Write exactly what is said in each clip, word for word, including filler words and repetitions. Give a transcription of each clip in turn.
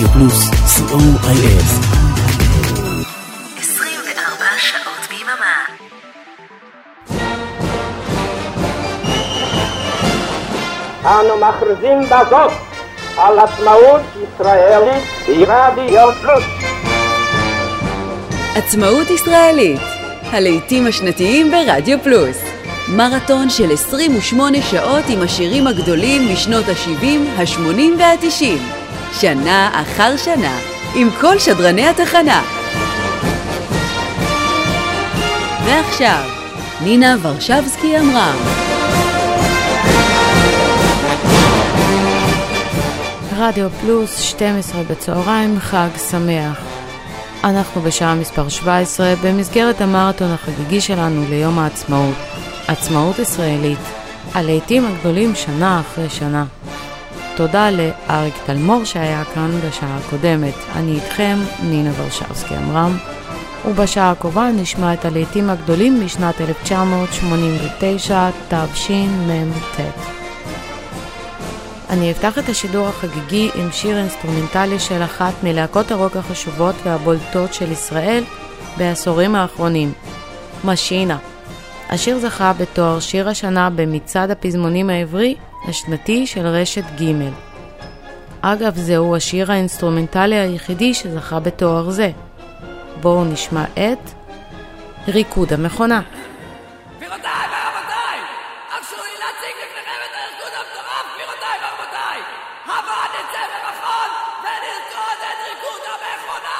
רדיו פלוס, סי או איי אס. עשרים וארבע שעות ביממה. אנו מכריזים בזאת על עצמאות ישראלית ברדיו פלוס. עצמאות ישראלית, הלהיטים השנתיים ברדיו פלוס. מרתון של עשרים ושמונה שעות עם השירים הגדולים משנות ה-שבעים, ה-שמונים וה-תשעים. שנה אחר שנה, עם כל שדרני התחנה. ועכשיו, נינה ורשבסקי אמרה. רדיו פלוס, שתים עשרה בצהריים, חג שמח. אנחנו בשעה מספר שבע עשרה במסגרת המרתון החגיגי שלנו ליום העצמאות. עצמאות ישראלית, הלהיטים הגדולים שנה אחרי שנה. תודה לאריק תלמור שהיה כאן בשעה הקודמת. אני איתכם, נינה ורשבסקי אמרם, ובשעה הקרובה נשמע את הלהיטים הגדולים משנת אלף תשע מאות שמונים ותשע, תשמ"ט. אני אפתח את השידור החגיגי עם שיר אינסטרומנטלי של אחת מלהקות הרוק החשובות והבולטות של ישראל בעשורים האחרונים, משינה. השיר זכה בתואר שיר השנה במצעד הפזמונים העברי השנתי של רשת ג'. אגב, זהו השיר האינסטרומנטלי היחידי שזכה בתואר זה. בואו נשמע את ריקוד המכונה. גבירותיי ורבותיי, הרשו לי להציג לפניכם את הריקוד המטורף. גבירותיי ורבותיי, הבה נצא במכון ונרקוד את ריקוד המכונה.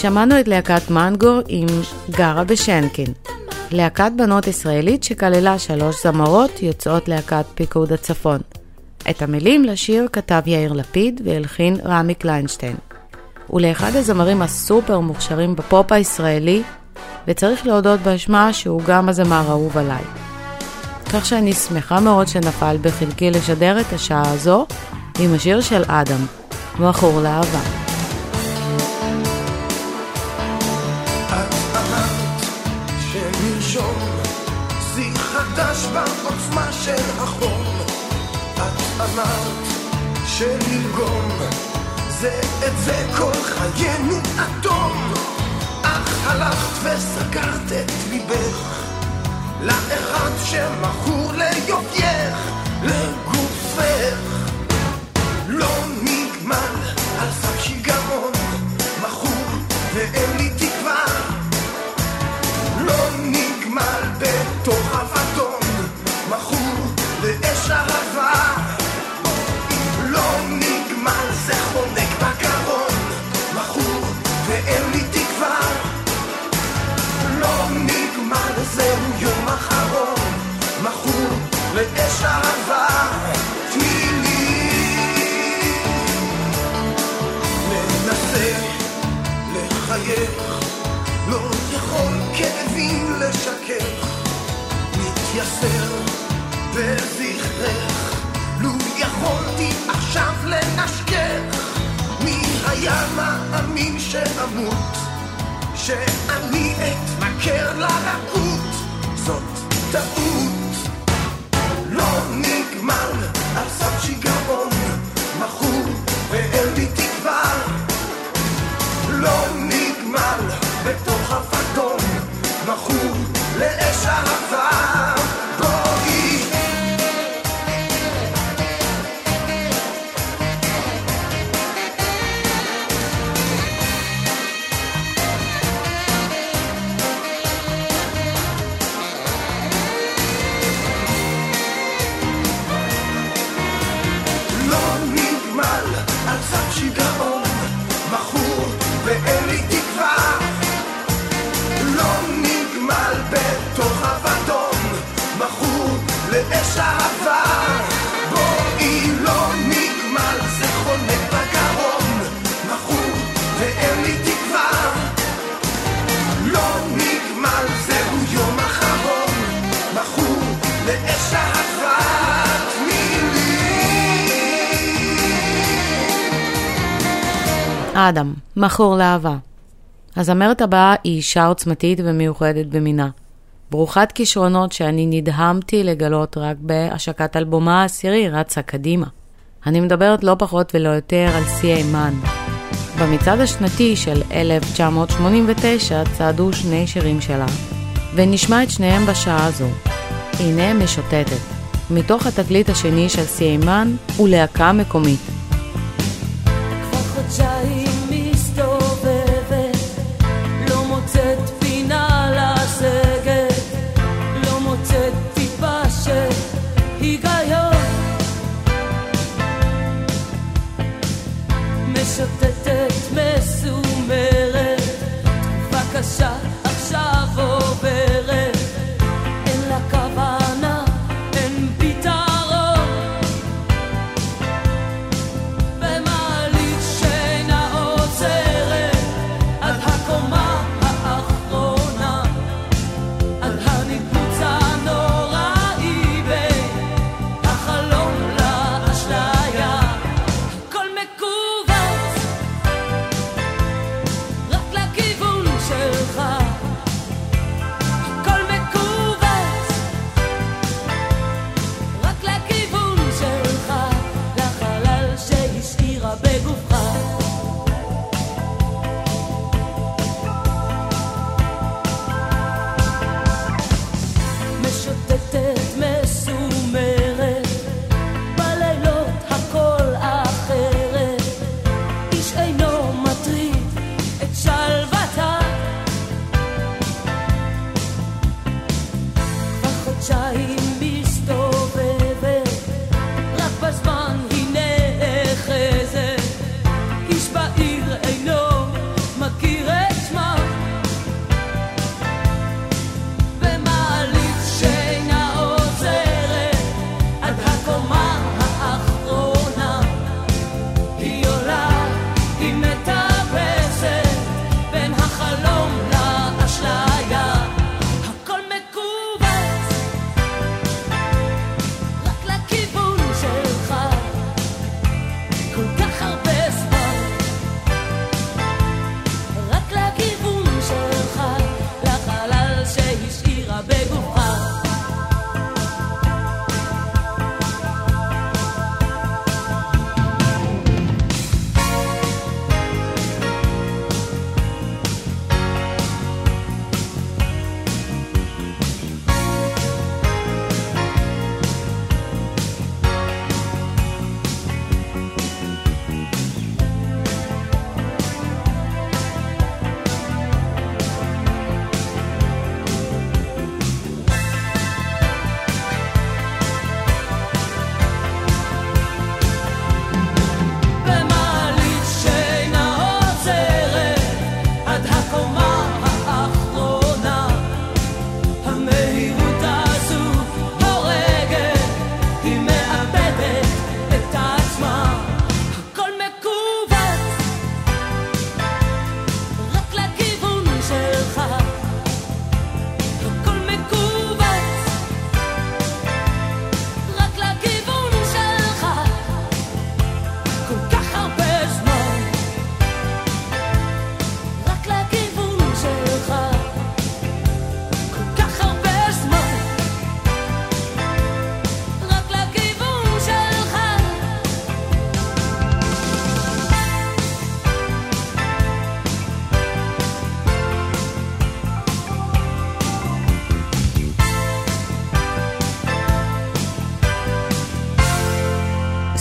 שמענו את להקת מנגו עם גרה בשנקין. להקת בנות ישראלית שכללה שלוש זמרות יוצאות להקת פיקוד הצפון. את המילים לשיר כתב יאיר לפיד והלחין רמי קליינשטיין. ולאחד הזמרים הסופר מוכשרים בפופ הישראלי, וצריך להודות באשמה שהוא גם הזמר האהוב עליי. כך שאני שמחה מאוד שנפל בחלקי לשדר את השעה הזו עם השיר של אדם, מכור לאהבה. בעוצמה של החום את אמרת שנלגום זה את זה כל חיינו אטום אך הלכת וסגרת את ליבך לאחד שמכור ליופייך לגופך לא נגמל על סף שיגעון מכור ואין לי תקווה לא נגמל בתוך אבדון מכור לאש אהבה לא נגמל זה חונק בגרון מכור ואין לי תקווה לא נגמל זהו יום אחרון מכור לאש אהבה תני לי ננסה לחייך לא יכול כאבים לשכך מתייסר בזכרך לו יכולתי עכשיו לנשכך מי היה מאמין שאמות שאני אתמכר לרעות זאת טעות לא נגמל על סף שיגעון מכור ואין לי תקווה לא נגמל בתוך אבדון מכור לאש אהבה אדם, מכור לאהבה. הזמרת הבאה היא אישה עוצמתית ומיוחדת במינה. ברוכת כישרונות שאני נדהמתי לגלות רק בהשקת אלבומה העשירי רצה קדימה. אני מדברת לא פחות ולא יותר על סי אימן. במצעד השנתי של אלף תשע מאות שמונים ותשע צעדו שני שירים שלה, ונשמע את שניהם בשעה הזו. הנה משוטטת, מתוך התקליט השני של סי אימן ולהקה מקומית. כבר חודשיים מסתובבת, לא מוצאת פינה לסגת, לא מוצאת טיפה של היגיון, משוטטת מסומרת, תקופה קשה עכשיו עוברת, אין לה כוונה, אין פתרון, במעלית שינה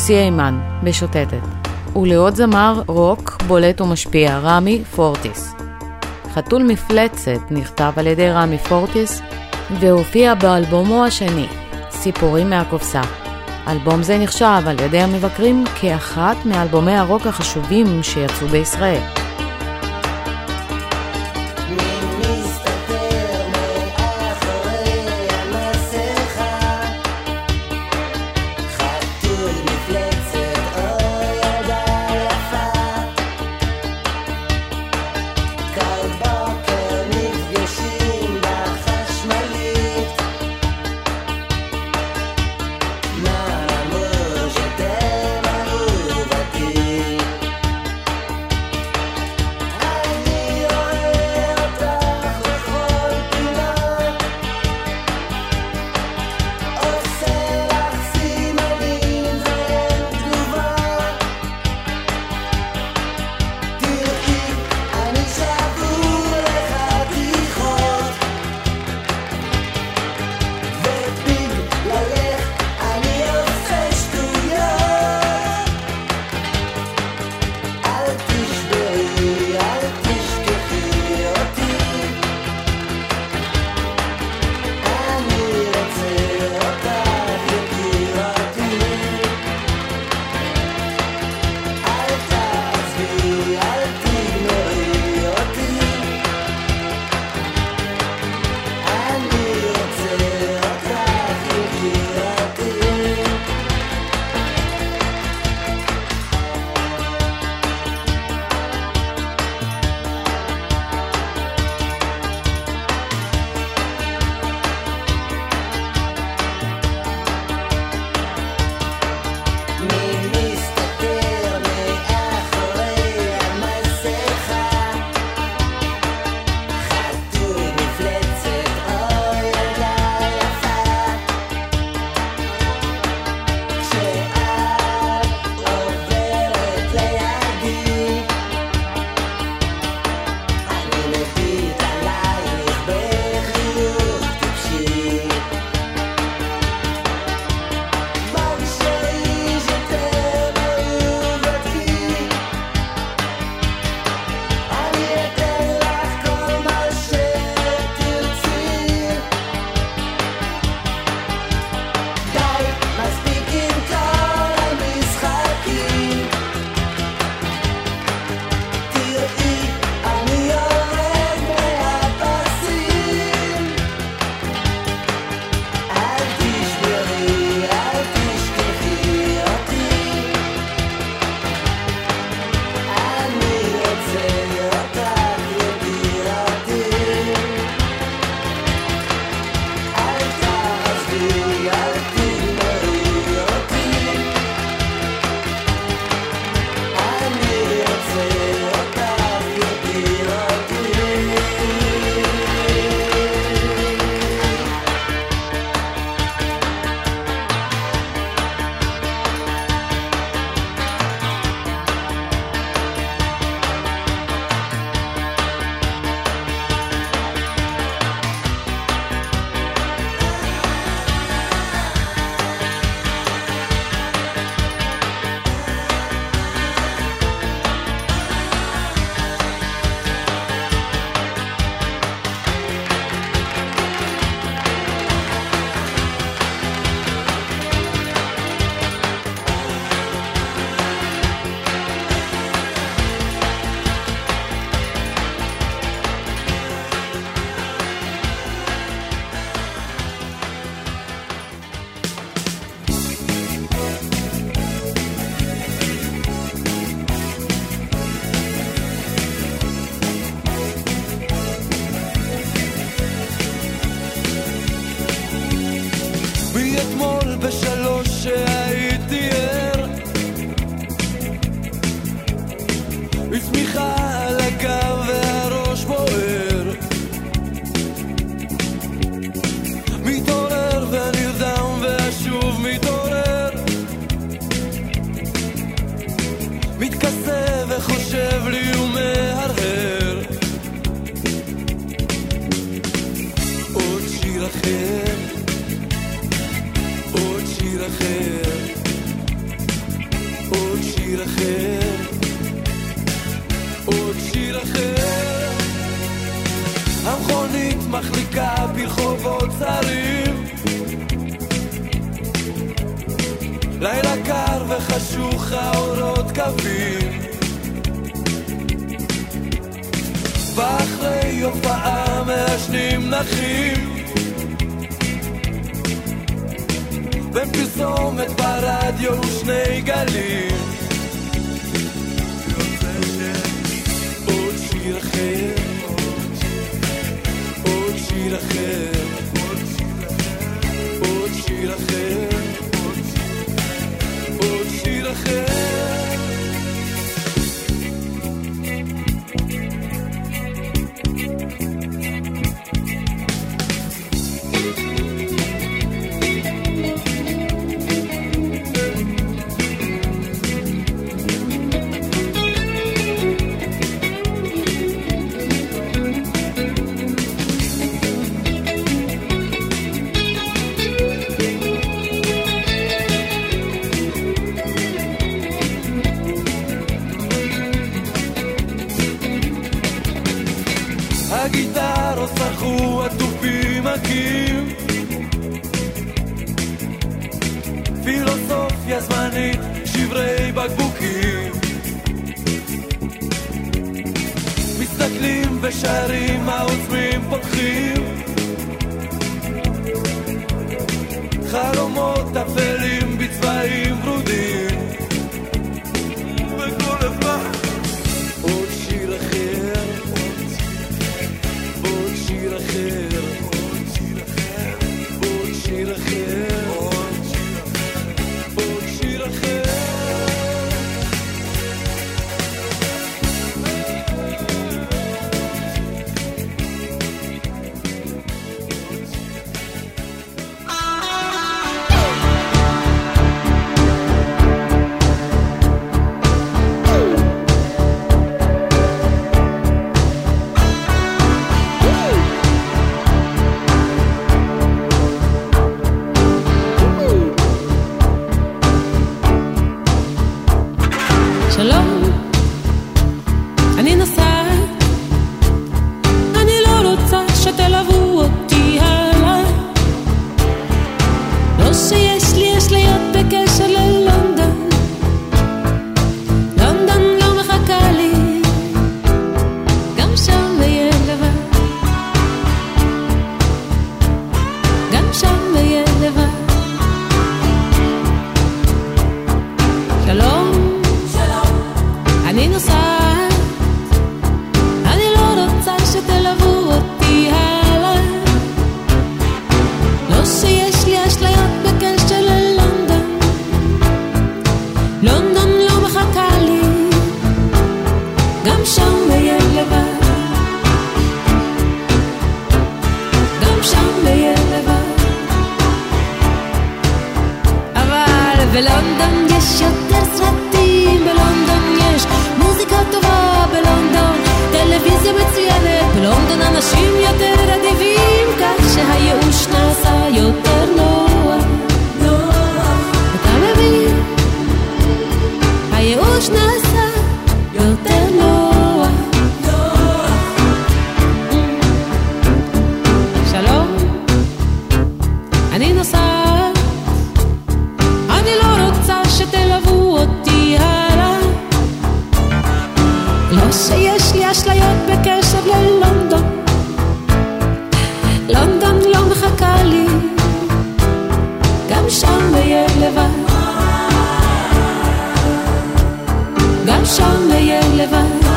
יוסי אימן, בשוטטת, ולעוד זמר רוק בולט ומשפיע, רמי פורטיס. חתול מפלצת נכתב על ידי רמי פורטיס, והופיע באלבומו השני, סיפורים מהקופסה. אלבום זה נחשב על ידי המבקרים כאחת מאלבומי הרוק החשובים שיצאו בישראל. אחר, עוד שיר אחר, שיר אחר, עוד שיר אחר. המכונית מחליקה ברחובות צרים, לילה קר וחשוך האורות קווים, ואחרי הופעה מעשנים נחים, בין פרסומת ברדיו ושני גלים. עוד שיר אחר, עוד שיר אחר, עוד שיר אחר, עוד שיר אחר. הגיטרות שרחו עטופים עקים, פילוסופיה זמנית, שברי בקבוקים, מסתכלים ושרים, העוצמים פותחים, חלומות אפלים בצבעים ורודים, וכל הזמן עוד שיר אחר, עוד שיר אחר, עוד שיר אחר, עוד שיר אחר, עוד שיר אחר. בלונדון יש יותר סרטים, בלונדון יש מוזיקה טובה, בלונדון טלוויזיה מצוינת, בלונדון אנשים יותר אדיבים, כך שהייאוש נעשה יותר נוח. אתה מבין? הייאוש נעשה יותר נוח. שלום, אני נוסעת, שתלוו אותי הלאה, לא שיש לי אשליות בקשר ללונדון, לונדון לא מחכה לי, גם שם אהיה לבד, גם שם אהיה לבד,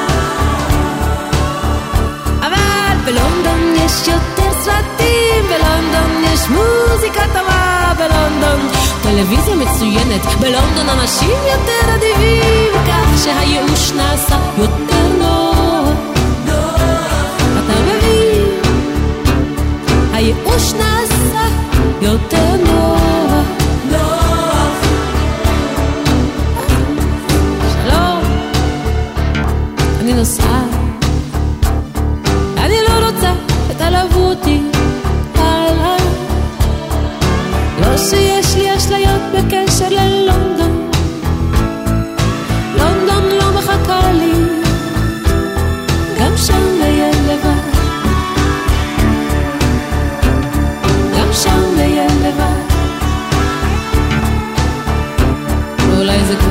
אבל בלונדון יש יותר סרטים, בלונדון יש מוזיקה טובה, בלונדון טלוויזיה מצוינת, בלונדון אנשים יותר אדיבים, כך שהייאוש נעשה יותר נוח. אתה מבין? הייאוש נעשה יותר נוח. שלום, אני נוסעת, אני לא רוצה שתלוו אותי הלאה, לא שיש לי אשליות בקשר ללונדון,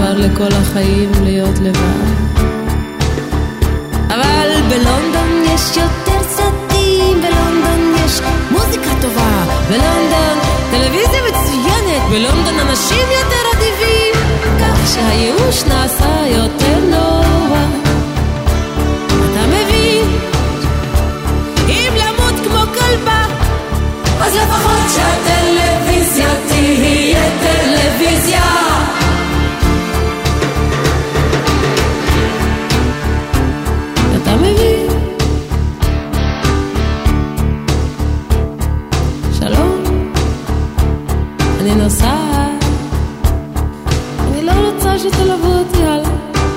כבר לכל החיים להיות לבד. אבל בלונדון יש יותר סרטים, בלונדון יש מוזיקה טובה, בלונדון טלוויזיה מצוינת, בלונדון אנשים יותר אדיבים, כך שהייאוש נעשה יותר נורא. אתה מבין? אם למות כמו כלבה, אז לפחות שהטלוויזיה תהיה טלוויזיה. אתה מבין? שלום, אני נוסעת, אני לא רוצה שתלוו אותי הלאה.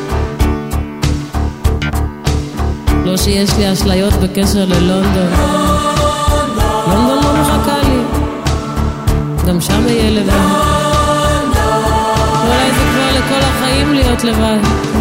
לא שיש לי אשליות בקשר ללונדון, לונדון לא מחכה לי, גם שם יהיה לבד. אולי זה כבר לכל החיים להיות לבד.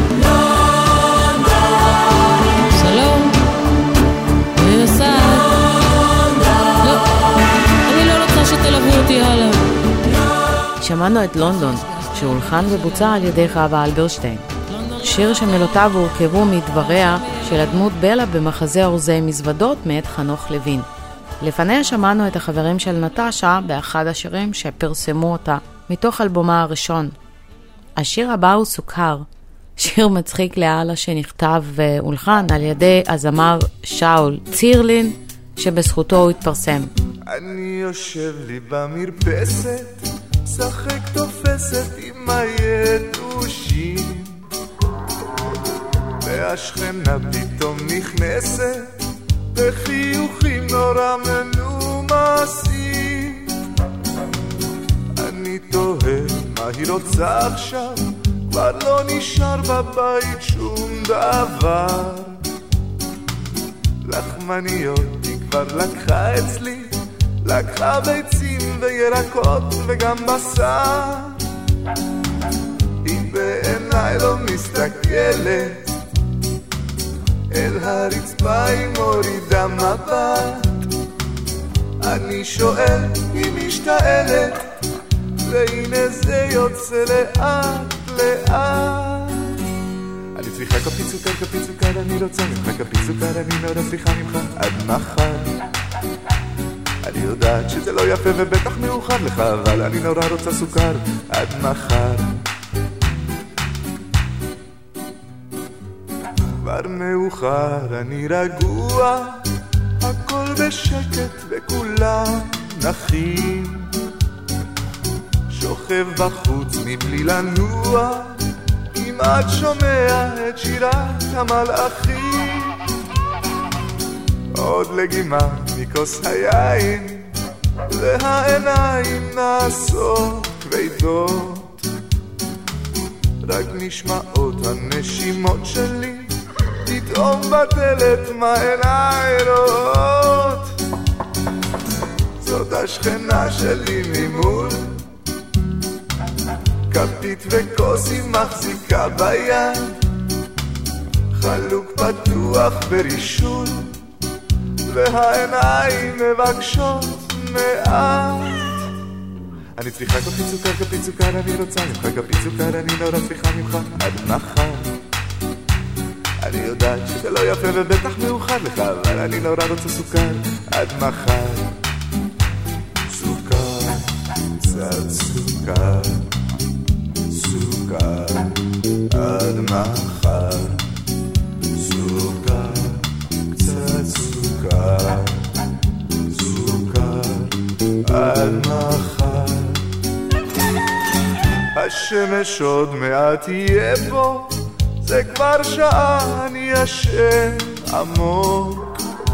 שלום, אני נוסעת. לא, אני לא רוצה שתלוו אותי הלאה. שמענו את לונדון, שהולחן ובוצע על ידי חווה אלברשטיין. שיר שמילותיו הורכבו מדבריה של הדמות בלה במחזה אורזי מזוודות מאת חנוך לוין. לפניה שמענו את החברים של נטשה באחד השירים שפרסמו אותה מתוך אלבומה הראשון. השיר הבא הוא סוכר, שיר מצחיק לאללה שנכתב והולחן על ידי הזמר שאול צירלין, שבזכותו הוא התפרסם. אני יושב לי במרפסת, שחק תופסת עם הידושים, והשכנה פתאום נכנסת בחיוכים נורא מנומסים. אני תוהה מה היא רוצה עכשיו, כבר לא נשאר בבית שום דבר. לחמניות היא כבר לקחה אצלי, לקחה ביצים וירקות וגם בשר. היא בעיניי לא מסתכלת, אל הרצפה היא מורידה מבט. אני שואל, היא משתעלת, והנה זה יוצא לאט לאט. אני צריכה כפית סוכר, כפית סוכר, אני רוצה ממך כפית סוכר, אני נורא צריכה ממך עד מחר. אני יודעת שזה לא יפה ובטח מאוחר לך, אבל אני נורא רוצה סוכר עד מחר. כבר מאוחר, אני רגוע, הכל בשקט וכולם נחים. שוכב בחוץ מבלי לנוע, כמעט שומע את שירת המלאכים. עוד לגימה מכוס היין, והעיניים נעשות כבדות. רק נשמעות הנשימות שלי, פתאום בדלת מה עיניי רואות. זאת השכנה שלי ממול, כפית וכוס היא מחזיקה ביד, חלוק פתוח ברישול, והעיניים מבקשות מעט. אני צריכה כפית סוכר, כפית סוכר, אני רוצה ממך כפית סוכר, אני נורא צריכה ממך עד מחר. אני יודעת שזה לא יפה ובטח מאוחר לך, אבל אני נורא רוצה סוכר עד מחר. סוכר, קצת סוכר, סוכר עד מחר. סוכר, קצת סוכר, סוכר עד מחר. השמש עוד מעט יהיה פה, זה כבר שעה אני ישן עמוק,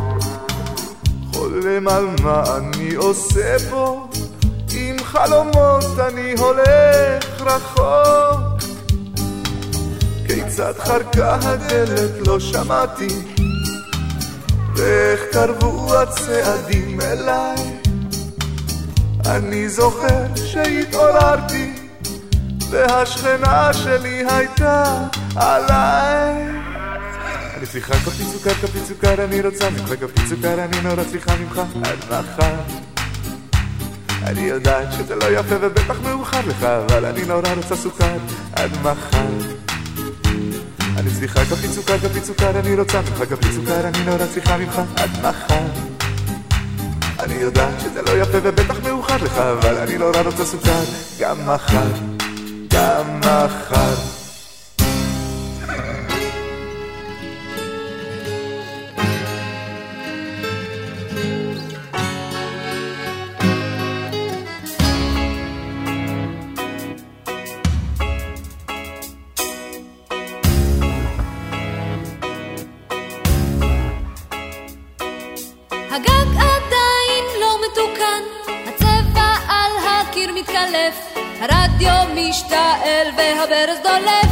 חולם על מה אני עושה פה, עם חלומות אני הולך רחוק. כיצד חרקה הדלת לא שמעתי, ואיך קרבו הצעדים אליי. אני זוכר שהתעוררתי והשכנה שלי הייתה עליי. אני צריכה כפית סוכר, כפית סוכר, אני רוצה ממך כפית סוכר, אני נורא צריכה ממך עד מחר. אני יודעת שזה לא יפה ובטח מאוחר לך, אבל אני נורא רוצה סוכר עד מחר. אני צריכה קפית סוכר, קפית סוכר, אני רוצה ממך קפית סוכר, אני נורא צריכה ממך עד מחר. אני יודעת שזה לא יפה ובטח מאוחר לך, אבל אני נורא רוצה סוכר גם מחר, גם מחר. הגג עדיין לא מתוקן, הצבע על הקיר מתקלף, הרדיו משתעל והברז דולף.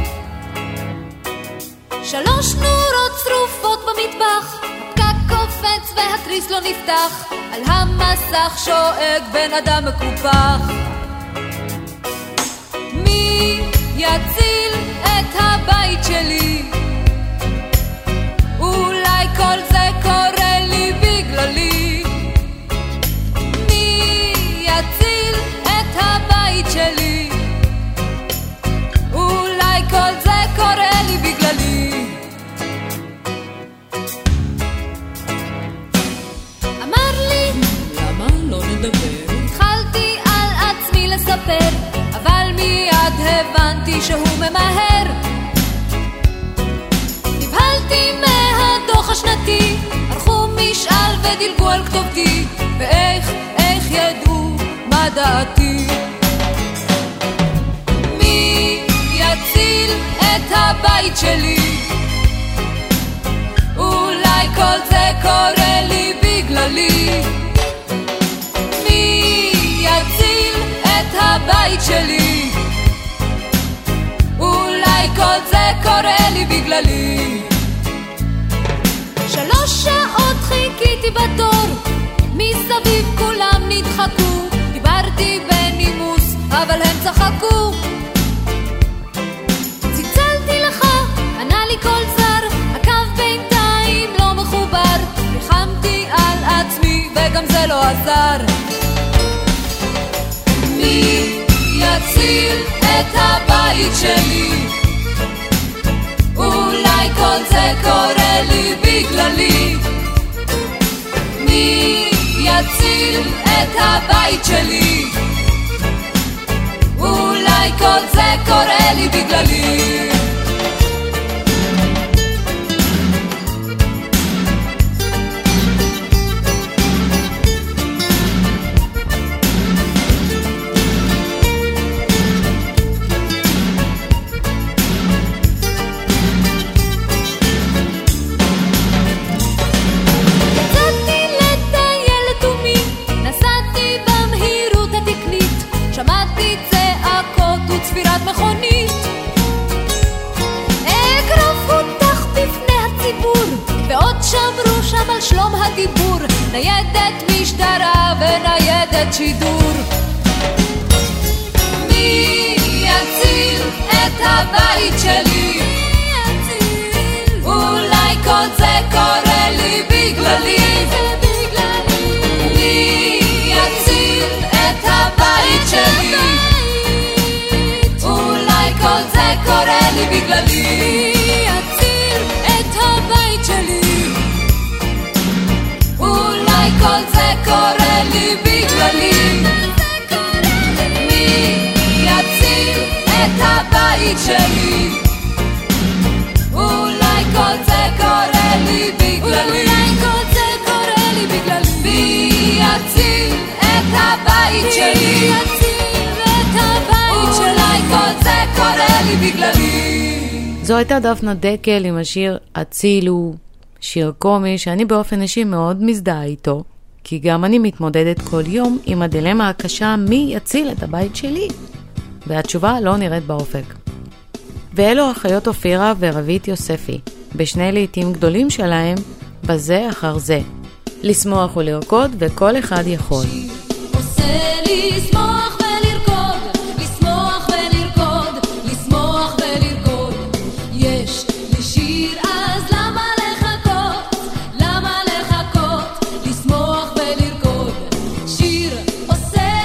שלוש נורות שרופות במטבח, הפקק קופץ והתריס לא נפתח, על המסך שואג בן אדם מקופח. מי יציל את הבית שלי? אולי כל זה קורה לי בגללי. מי יציל את הבית שלי? אולי כל זה קורה לי בגללי. אמר לי, למה לא נדבר? התחלתי על עצמי לספר, אבל מיד הבנתי שהוא ממהר. נבהלתי מהדוח השנתי, ערכו משאל ודילגו על כתובתי, ואיך, איך ידעו מה דעתי. מי יציל את הבית שלי? אולי כל זה קורה לי בגללי. מי יציל את הבית שלי? אולי כל זה קורה לי בגללי. שלוש שעות חיכיתי בתור, מסביב כולם נדחקו, דיברתי בנימוס אבל הם צחקו. צלצלתי לך, ענה לי כל זר, הקו בינתיים לא מחובר, לחמתי על עצמי וגם זה לא עזר. מי יציל את הבית שלי? אולי כל זה קורה לי בגללי. מי יציל את הבית שלי? אולי כל זה קורה לי בגללי. שמעתי צעקות וצפירת מכונית, אגרוף הותח בפני הציבור, ועוד שמרו שם על שלום הדיבור, ניידת משטרה וניידת שידור. מי יציל את הבית שלי? אולי כל זה קורה לי בגללי. מי יציל את הבית שלי? אולי כל זה קורה לי בגללי. יציל את הבית שלי. אולי כל זה קורה לי בגללי. מי יציל את הבית שלי? אולי כל זה קורה לי בגללי. אולי כל זה קורה לי בגללי. מי יציל את הבית שלי? אולי כל זה קורה לי בגללי. זו הייתה דפנה דקל עם השיר הצילו, שיר קומי שאני באופן אישי מאוד מזדהה איתו, כי גם אני מתמודדת כל יום עם הדילמה הקשה מי יציל את הבית שלי, והתשובה לא נראית באופק. ואלו אחיות אופירה ורבית יוספי, בשני לעיתים גדולים שלהם, בזה אחר זה. לשמוח ולרקוד וכל אחד יכול. עושה לי לשמוח ולרקוד, לשמוח ולרקוד, לשמוח ולרקוד. יש לי שיר אז למה לחכות, למה לחכות, לשמוח ולרקוד. שיר עושה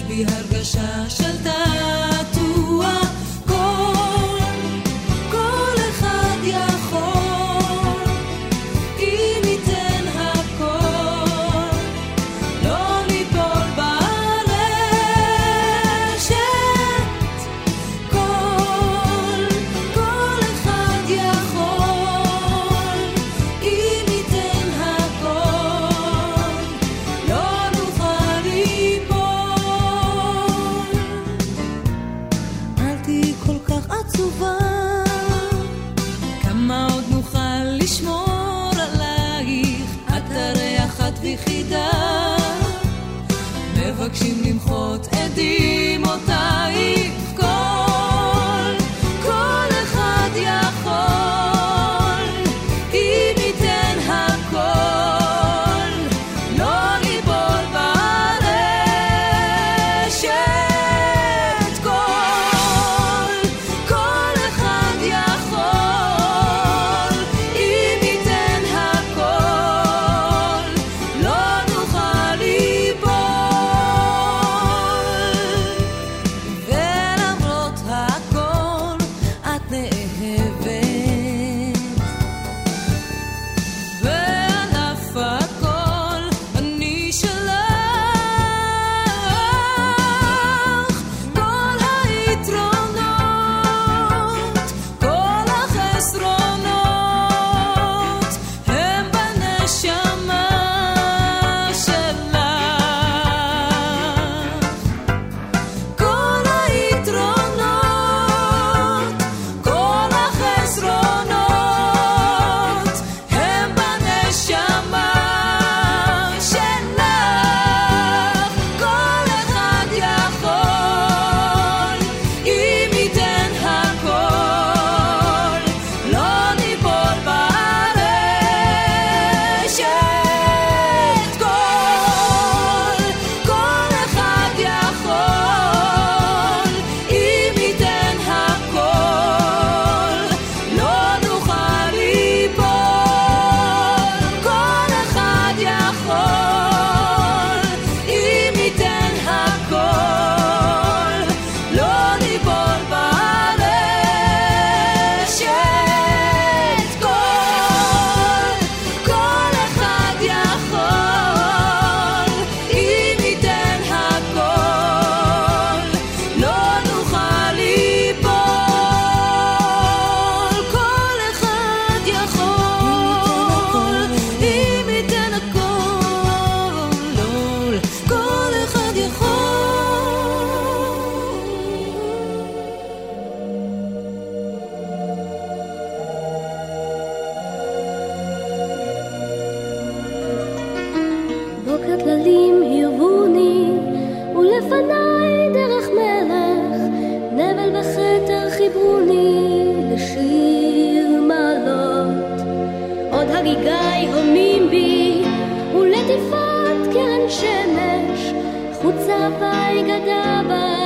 בי הרגשה של תעתוע, כל, כל אחד יכול, אם ייתן הכל, לא ליפול ברשת, כל, כל אחד יכול, אם ייתן הכל, לא נוכל ליפול. אל תהי כל כך עצובה, כמה עוד נוכל לשמור עלייך, את הרי אחת ויחידה, מבקשים למחות עדים אותייך, כל, כל אחד יכול, אם ייתן הכל, לא ליפול ברשת, כל, כל אחד יכול, אם ייתן הכל, לא נוכל ליפול. ולמרות הכל את נאהבת, ועל אף הכל אני שלך, כל היתרונות, כל החסרונות, הם בנשמה שלך. כל היתרונות, כל החסרונות, הם בנשמה שלך. כל אחד יכול, אם ייתן הכל, לא ניפול ברשת, כל, כל אחד יכול, אם ייתן הכל, לא נוכל ליפול. כל אחד יכול, אם ייתן הכל, לא ניפול ברשת, כל, כל אחד יכול, אם ייתן הכל, לא נוכל ליפול. כל אחד יכול, אם ייתן הכל, לא, כל אחד בוקר כללים הרבוני, ולפניי דרך מלך, נבל וכתר חיברוני לשיר מעלות. עוד הגיגי הומים בי, ולטיפת קרן שמש, חוצה בי גדה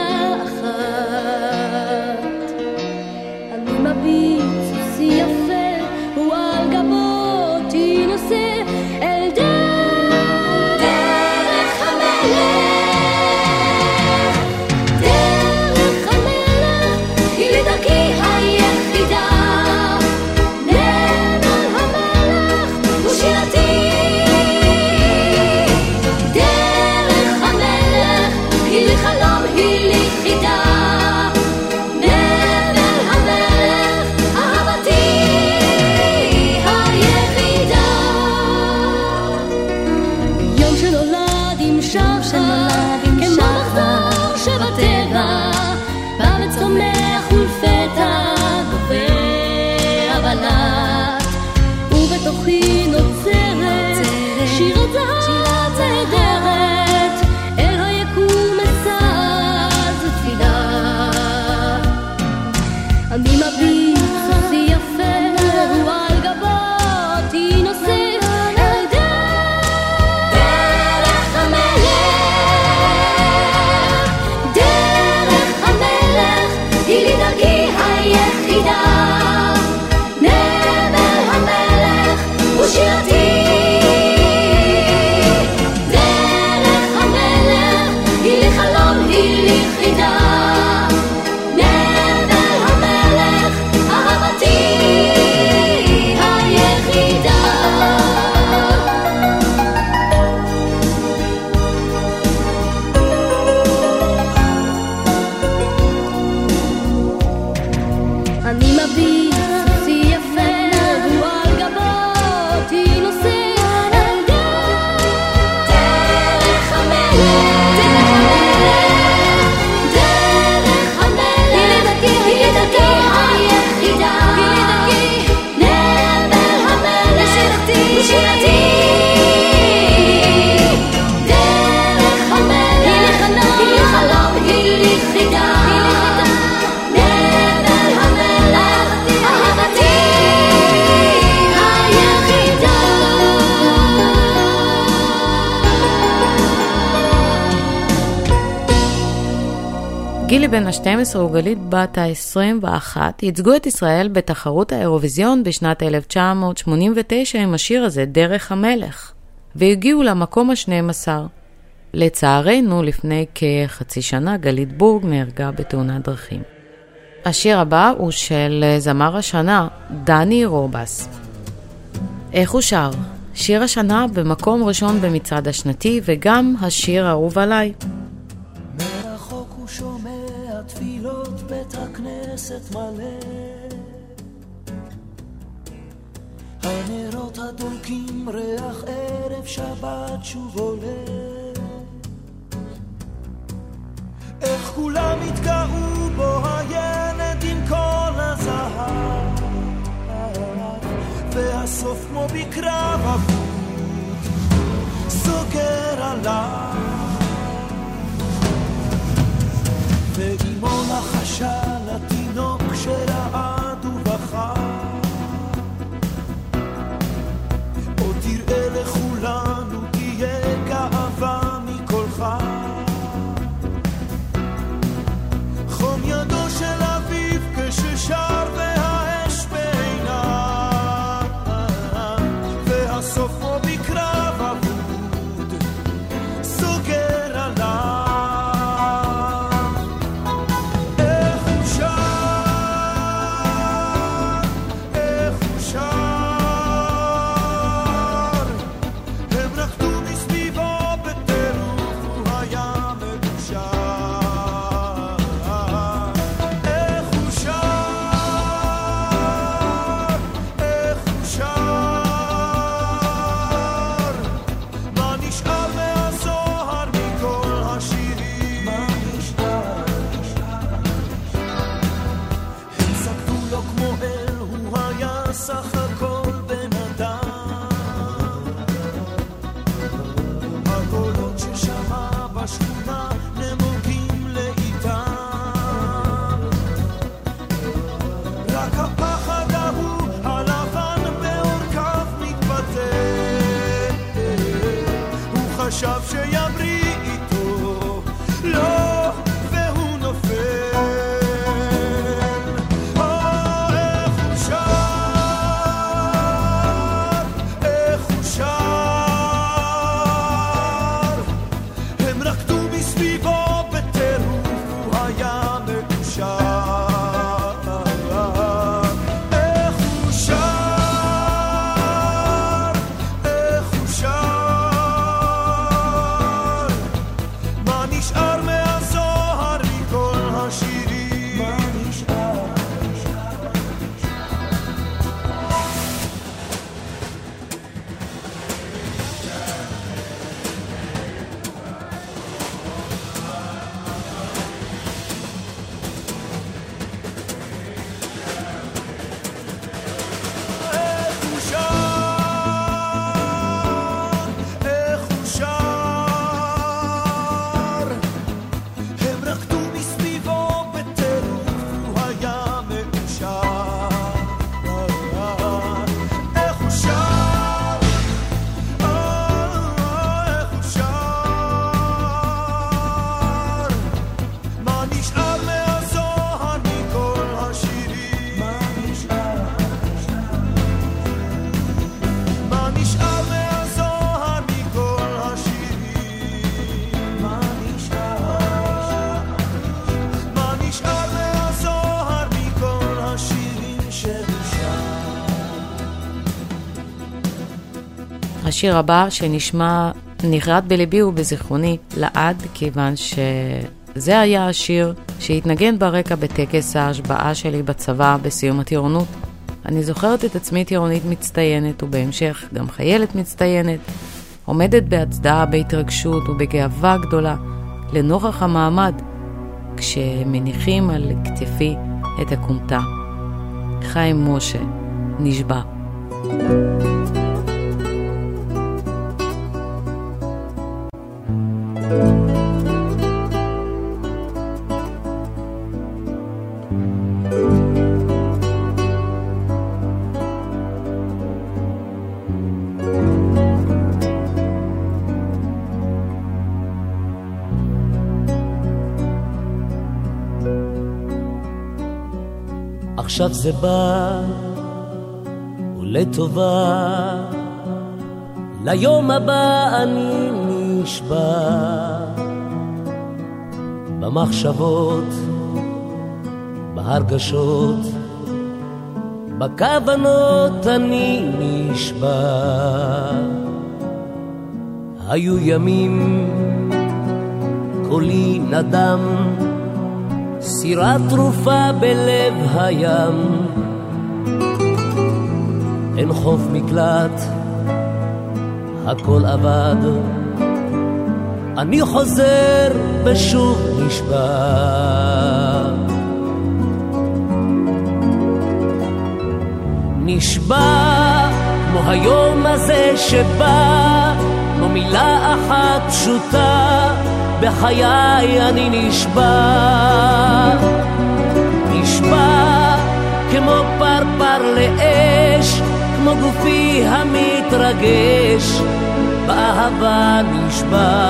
באחת. אני מביט סוסי יפה, ועל גבותי נושא אל דרך המלך. דרך המלך היא לדרכי היחידה, נבל המלך הוא שירתי. דרך המלך היא לי חלום, היא לי חידה, נבל המלך גילי בן ה-שתים עשרה וגלית בת ה-עשרים ואחת ייצגו את ישראל בתחרות האירוויזיון בשנת אלף תשע מאות שמונים ותשע עם השיר הזה, דרך המלך, והגיעו למקום ה-שנים עשר. לצערנו, לפני כחצי שנה גלית בורג נהרגה בתאונת דרכים. השיר הבא הוא של זמר השנה, דני רובס. איך הוא שר? שיר השנה במקום ראשון במצעד השנתי, וגם השיר האהוב עליי. מרחוק הוא שומע תפילות בית הכנסת מלא, הנרות הדולקים ריח ערב שבת שוב עולה, איך כולם התגאו בו הילד עם כל הזהב, והסוף כמו בקרב אבוד סוגר עליו, ואימו לחשה לתינוק שרעד ובכה, עוד תראה לכולנו תהיה גאווה מקולך, חום ידו של אביב כששר והאש בעיניו, והסוף כמו בקרב אבוד סוגר עליו. חשב שיבריא איתו, לא, והוא נופל. או, איך הוא שר, איך הוא שר, הם רקדו מסביבו בטירוף, הוא היה מקושר. איך הוא שר, איך הוא שר, השיר הבא שנשמע נחרט בלבי ובזיכרוני לעד, כיוון שזה היה השיר שהתנגן ברקע בטקס ההשבעה שלי בצבא בסיום הטירונות. אני זוכרת את עצמי טירונית מצטיינת, ובהמשך גם חיילת מצטיינת, עומדת בהצדעה בהתרגשות ובגאווה גדולה לנוכח המעמד, כשמניחים על כתפי את הקומתה. חיים משה, נשבע. עכשיו זה בא ולטובה, ליום הבא אני נשבע, במחשבות, בהרגשות, בכוונות אני נשבע. היו ימים קולי נדם, סירה תרופה בלב הים, אין חוף מקלט, הכל עבד, אני חוזר ושוב נשבע. נשבע כמו היום הזה שבא, כמו מילה אחת פשוטה, בחיי אני נשבע. נשבע כמו פרפר לאש, כמו גופי המתרגש, באהבה נשבע.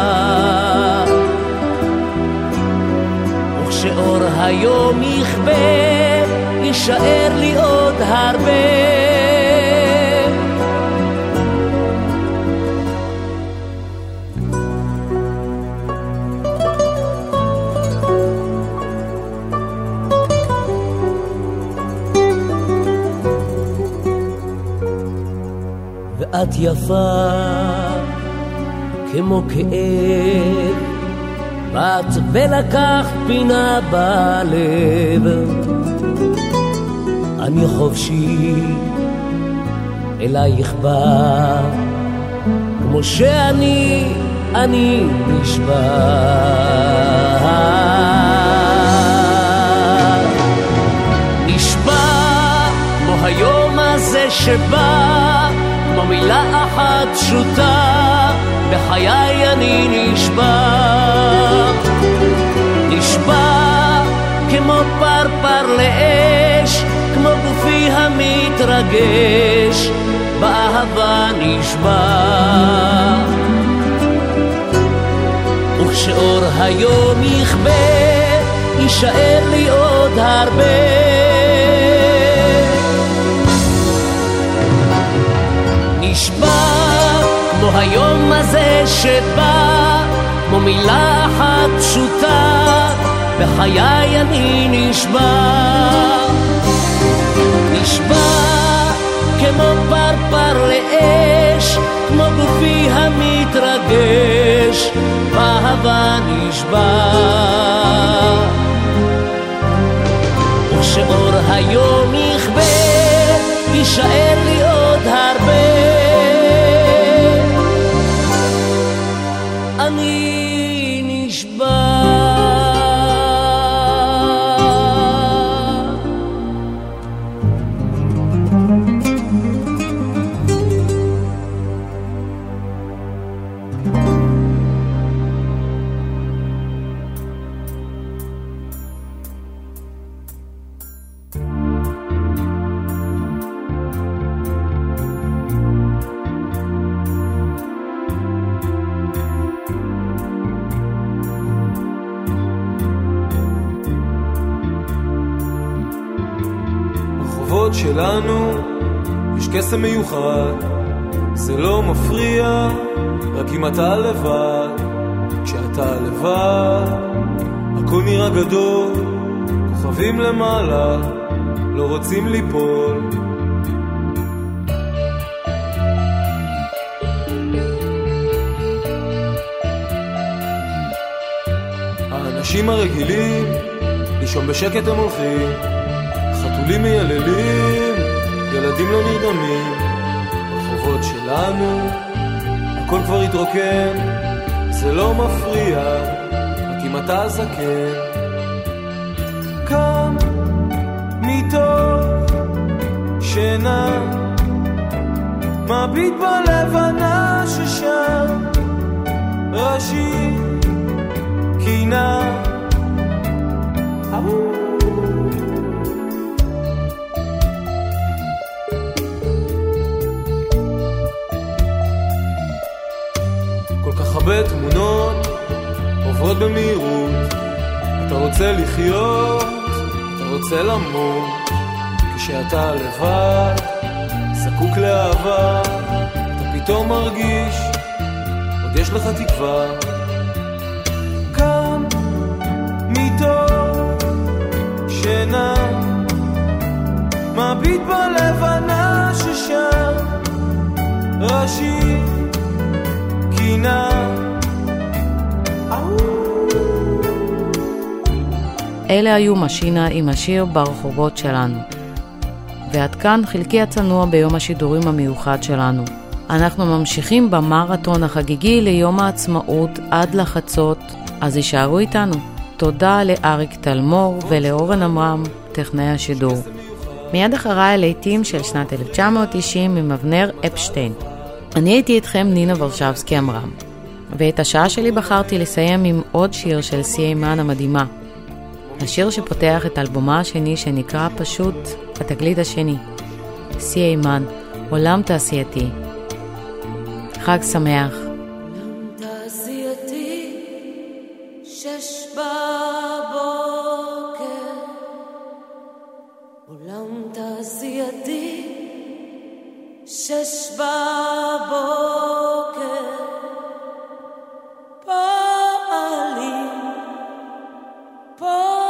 וכשאור היום יכבה, יישאר לי עוד הרבה. ואת יפה כמו כאב, באת ולקחת פינה בלב, אני חופשי אלייך בא, כמו שאני, אני נשבע. נשבע כמו היום הזה שבא, כמו מילה אחת פשוטה, בחיי אני נשבע. נשבע כמו פרפר לאש, כמו גופי המתרגש, באהבה נשבע. וכשאור היום יכבה, יישאר לי עוד הרבה. נשבע כמו היום הזה שבא, כמו מילה אחת פשוטה, בחיי אני נשבע. נשבע כמו פרפר לאש, כמו גופי המתרגש, באהבה נשבע. וכשאור היום יכבה, יישאר לי עוד הרבה. אני נשבע. שלנו יש קסם מיוחד, זה לא מפריע רק אם אתה לבד. כשאתה לבד הכל נראה גדול, כוכבים למעלה לא רוצים ליפול. האנשים הרגילים לישון בשקט הם הולכים, חתולים מייללים, ילדים לא נרדמים. ברחובות שלנו הכל כבר התרוקן, זה לא מפריע רק אם אתה זקן. קם מתוך שינה, מביט בלבנה ששם, ראשי קינה. הרבה תמונות עוברות במהירות, אתה רוצה לחיות, אתה רוצה למות, כשאתה לבד, זקוק לאהבה, אתה פתאום מרגיש, עוד יש לך תקווה. קם מתוך שינה, מביט בלבנה ששם, ראשי קינה. אלה היו משינה עם השיר ברחובות שלנו. ועד כאן חלקי הצנוע ביום השידורים המיוחד שלנו. אנחנו ממשיכים במרתון החגיגי ליום העצמאות עד לחצות, אז יישארו איתנו. תודה לאריק תלמור ולאורן אמרם, טכנאי השידור. מיד אחריי הלהיטים של שנת אלף תשע מאות תשעים עם אבנר אפשטיין. אני הייתי איתכם נינה ורשבסקי אמרם. ואת השעה שלי בחרתי לסיים עם עוד שיר של סי אימן המדהימה. השיר שפותח את אלבומה השני שנקרא פשוט התגלית השני. סי אימן, עולם תעשייתי. חג שמח. עולם תעשייתי, שש בבוקר. עולם תעשייתי, שש בבוקר. פועלים, פועלים.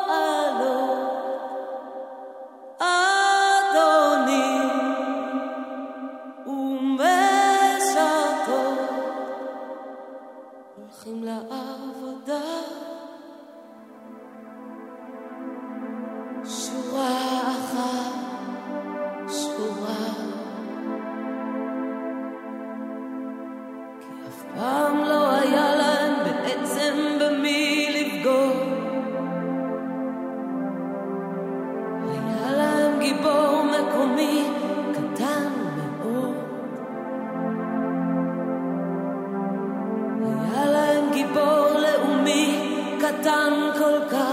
הולכים לעבודה, שורה אחת, שורה, כי אף פעם לא היה להם בעצם במי לפגוע. היה להם גיבור מקומי קטן מאוד, היה להם גיבור לאומי קטן כל כך.